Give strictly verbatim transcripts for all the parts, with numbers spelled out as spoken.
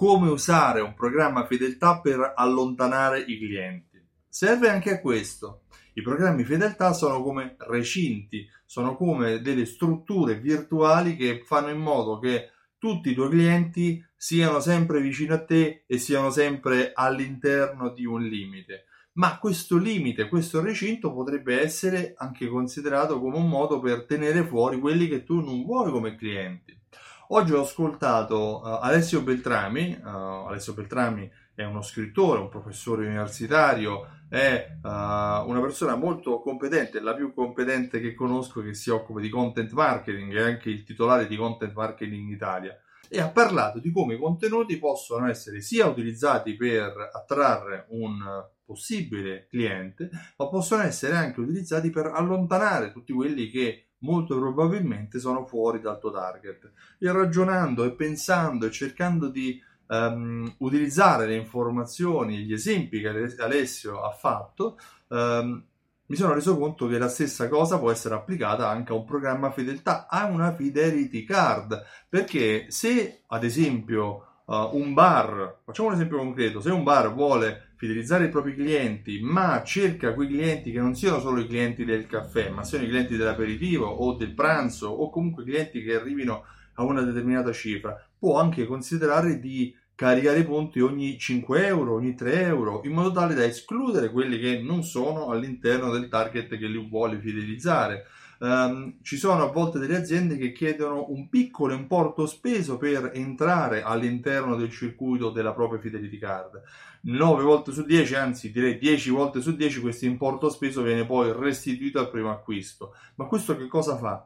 come usare un programma fedeltà per allontanare i clienti. Serve anche a questo. I programmi fedeltà sono come recinti, sono come delle strutture virtuali che fanno in modo che tutti i tuoi clienti siano sempre vicino a te e siano sempre all'interno di un limite. Ma questo limite, questo recinto potrebbe essere anche considerato come un modo per tenere fuori quelli che tu non vuoi come clienti. Oggi ho ascoltato uh, Alessio Beltrami. uh, Alessio Beltrami è uno scrittore, un professore universitario, è uh, una persona molto competente, la più competente che conosco, che si occupa di content marketing, è anche il titolare di Content Marketing Italia, e ha parlato di come i contenuti possono essere sia utilizzati per attrarre un possibile cliente, ma possono essere anche utilizzati per allontanare tutti quelli che molto probabilmente sono fuori dal tuo target. E ragionando e pensando e cercando di um, utilizzare le informazioni, gli esempi che Alessio ha fatto, um, mi sono reso conto che la stessa cosa può essere applicata anche a un programma fedeltà, a una fidelity card, perché se ad esempio uh, un bar, facciamo un esempio concreto, se un bar vuole fidelizzare i propri clienti, ma cerca quei clienti che non siano solo i clienti del caffè, ma siano i clienti dell'aperitivo o del pranzo, o comunque clienti che arrivino a una determinata cifra, può anche considerare di caricare i punti ogni cinque euro, ogni tre euro, in modo tale da escludere quelli che non sono all'interno del target che li vuole fidelizzare. Um, ci sono a volte delle aziende che chiedono un piccolo importo speso per entrare all'interno del circuito della propria fidelity card. nove volte su dieci, anzi direi dieci volte su dieci, questo importo speso viene poi restituito al primo acquisto. Ma questo che cosa fa?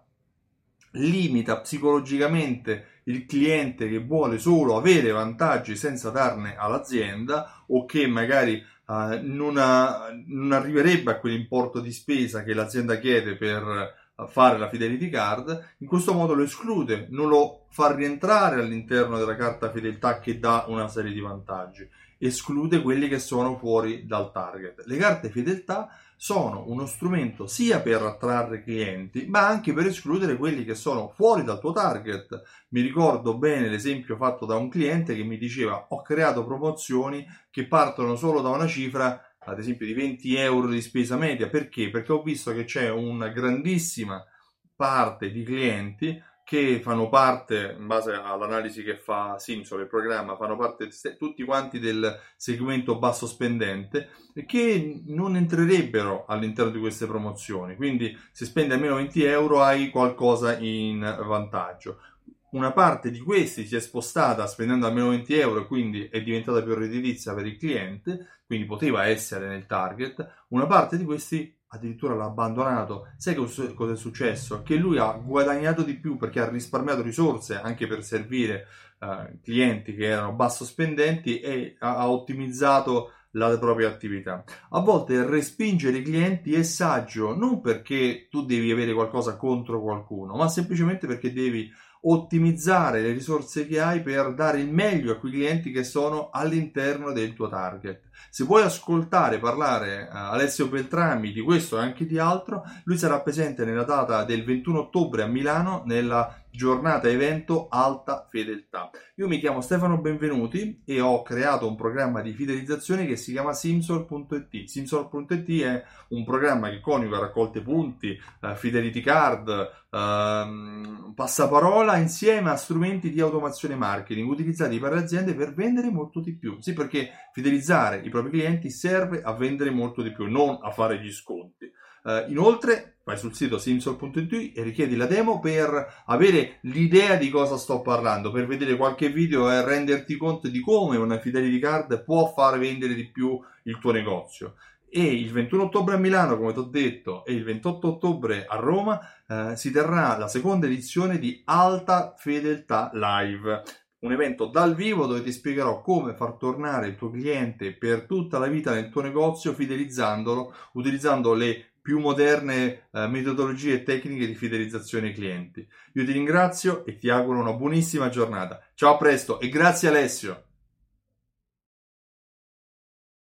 Limita psicologicamente il cliente che vuole solo avere vantaggi senza darne all'azienda, o che magari uh, non, ha, non arriverebbe a quell'importo di spesa che l'azienda chiede per fare la fidelity card. In questo modo lo esclude, non lo fa rientrare all'interno della carta fedeltà che dà una serie di vantaggi, esclude quelli che sono fuori dal target. Le carte fedeltà sono uno strumento sia per attrarre clienti, ma anche per escludere quelli che sono fuori dal tuo target. Mi ricordo bene l'esempio fatto da un cliente che mi diceva: ho creato promozioni che partono solo da una cifra, ad esempio di venti euro di spesa media. Perché? Perché ho visto che c'è una grandissima parte di clienti che fanno parte, in base all'analisi che fa Simsol, il programma, fanno parte tutti quanti del segmento basso spendente, e che non entrerebbero all'interno di queste promozioni. Quindi se spendi almeno venti euro hai qualcosa in vantaggio. Una parte di questi si è spostata spendendo almeno venti euro e quindi è diventata più redditizia per il cliente, quindi poteva essere nel target. Una parte di questi addirittura l'ha abbandonato. Sai cosa è successo? Che lui ha guadagnato di più perché ha risparmiato risorse anche per servire uh, clienti che erano basso spendenti, e ha, ha ottimizzato la propria attività. A volte respingere i clienti è saggio, non perché tu devi avere qualcosa contro qualcuno, ma semplicemente perché devi ottimizzare le risorse che hai per dare il meglio a quei clienti che sono all'interno del tuo target. Se vuoi ascoltare parlare uh, Alessio Beltrami di questo e anche di altro, lui sarà presente nella data del ventuno ottobre a Milano nella giornata evento Alta Fedeltà. Io mi chiamo Stefano Benvenuti e ho creato un programma di fidelizzazione che si chiama Simsol punto it. Simsol punto it è un programma che coniuga raccolte punti, uh, fidelity card, uh, passaparola insieme a strumenti di automazione marketing utilizzati per le aziende per vendere molto di più. Sì, perché fidelizzare i propri clienti serve a vendere molto di più, non a fare gli sconti. Uh, inoltre vai sul sito simsol punto it e richiedi la demo per avere l'idea di cosa sto parlando, per vedere qualche video e renderti conto di come una fidelity card può far vendere di più il tuo negozio. E il ventuno ottobre a Milano, come ti ho detto, e il ventotto ottobre a Roma uh, si terrà la seconda edizione di Alta Fedeltà Live, un evento dal vivo dove ti spiegherò come far tornare il tuo cliente per tutta la vita nel tuo negozio, fidelizzandolo, utilizzando le più moderne eh, metodologie e tecniche di fidelizzazione ai clienti. Io ti ringrazio e ti auguro una buonissima giornata. Ciao, a presto e grazie Alessio!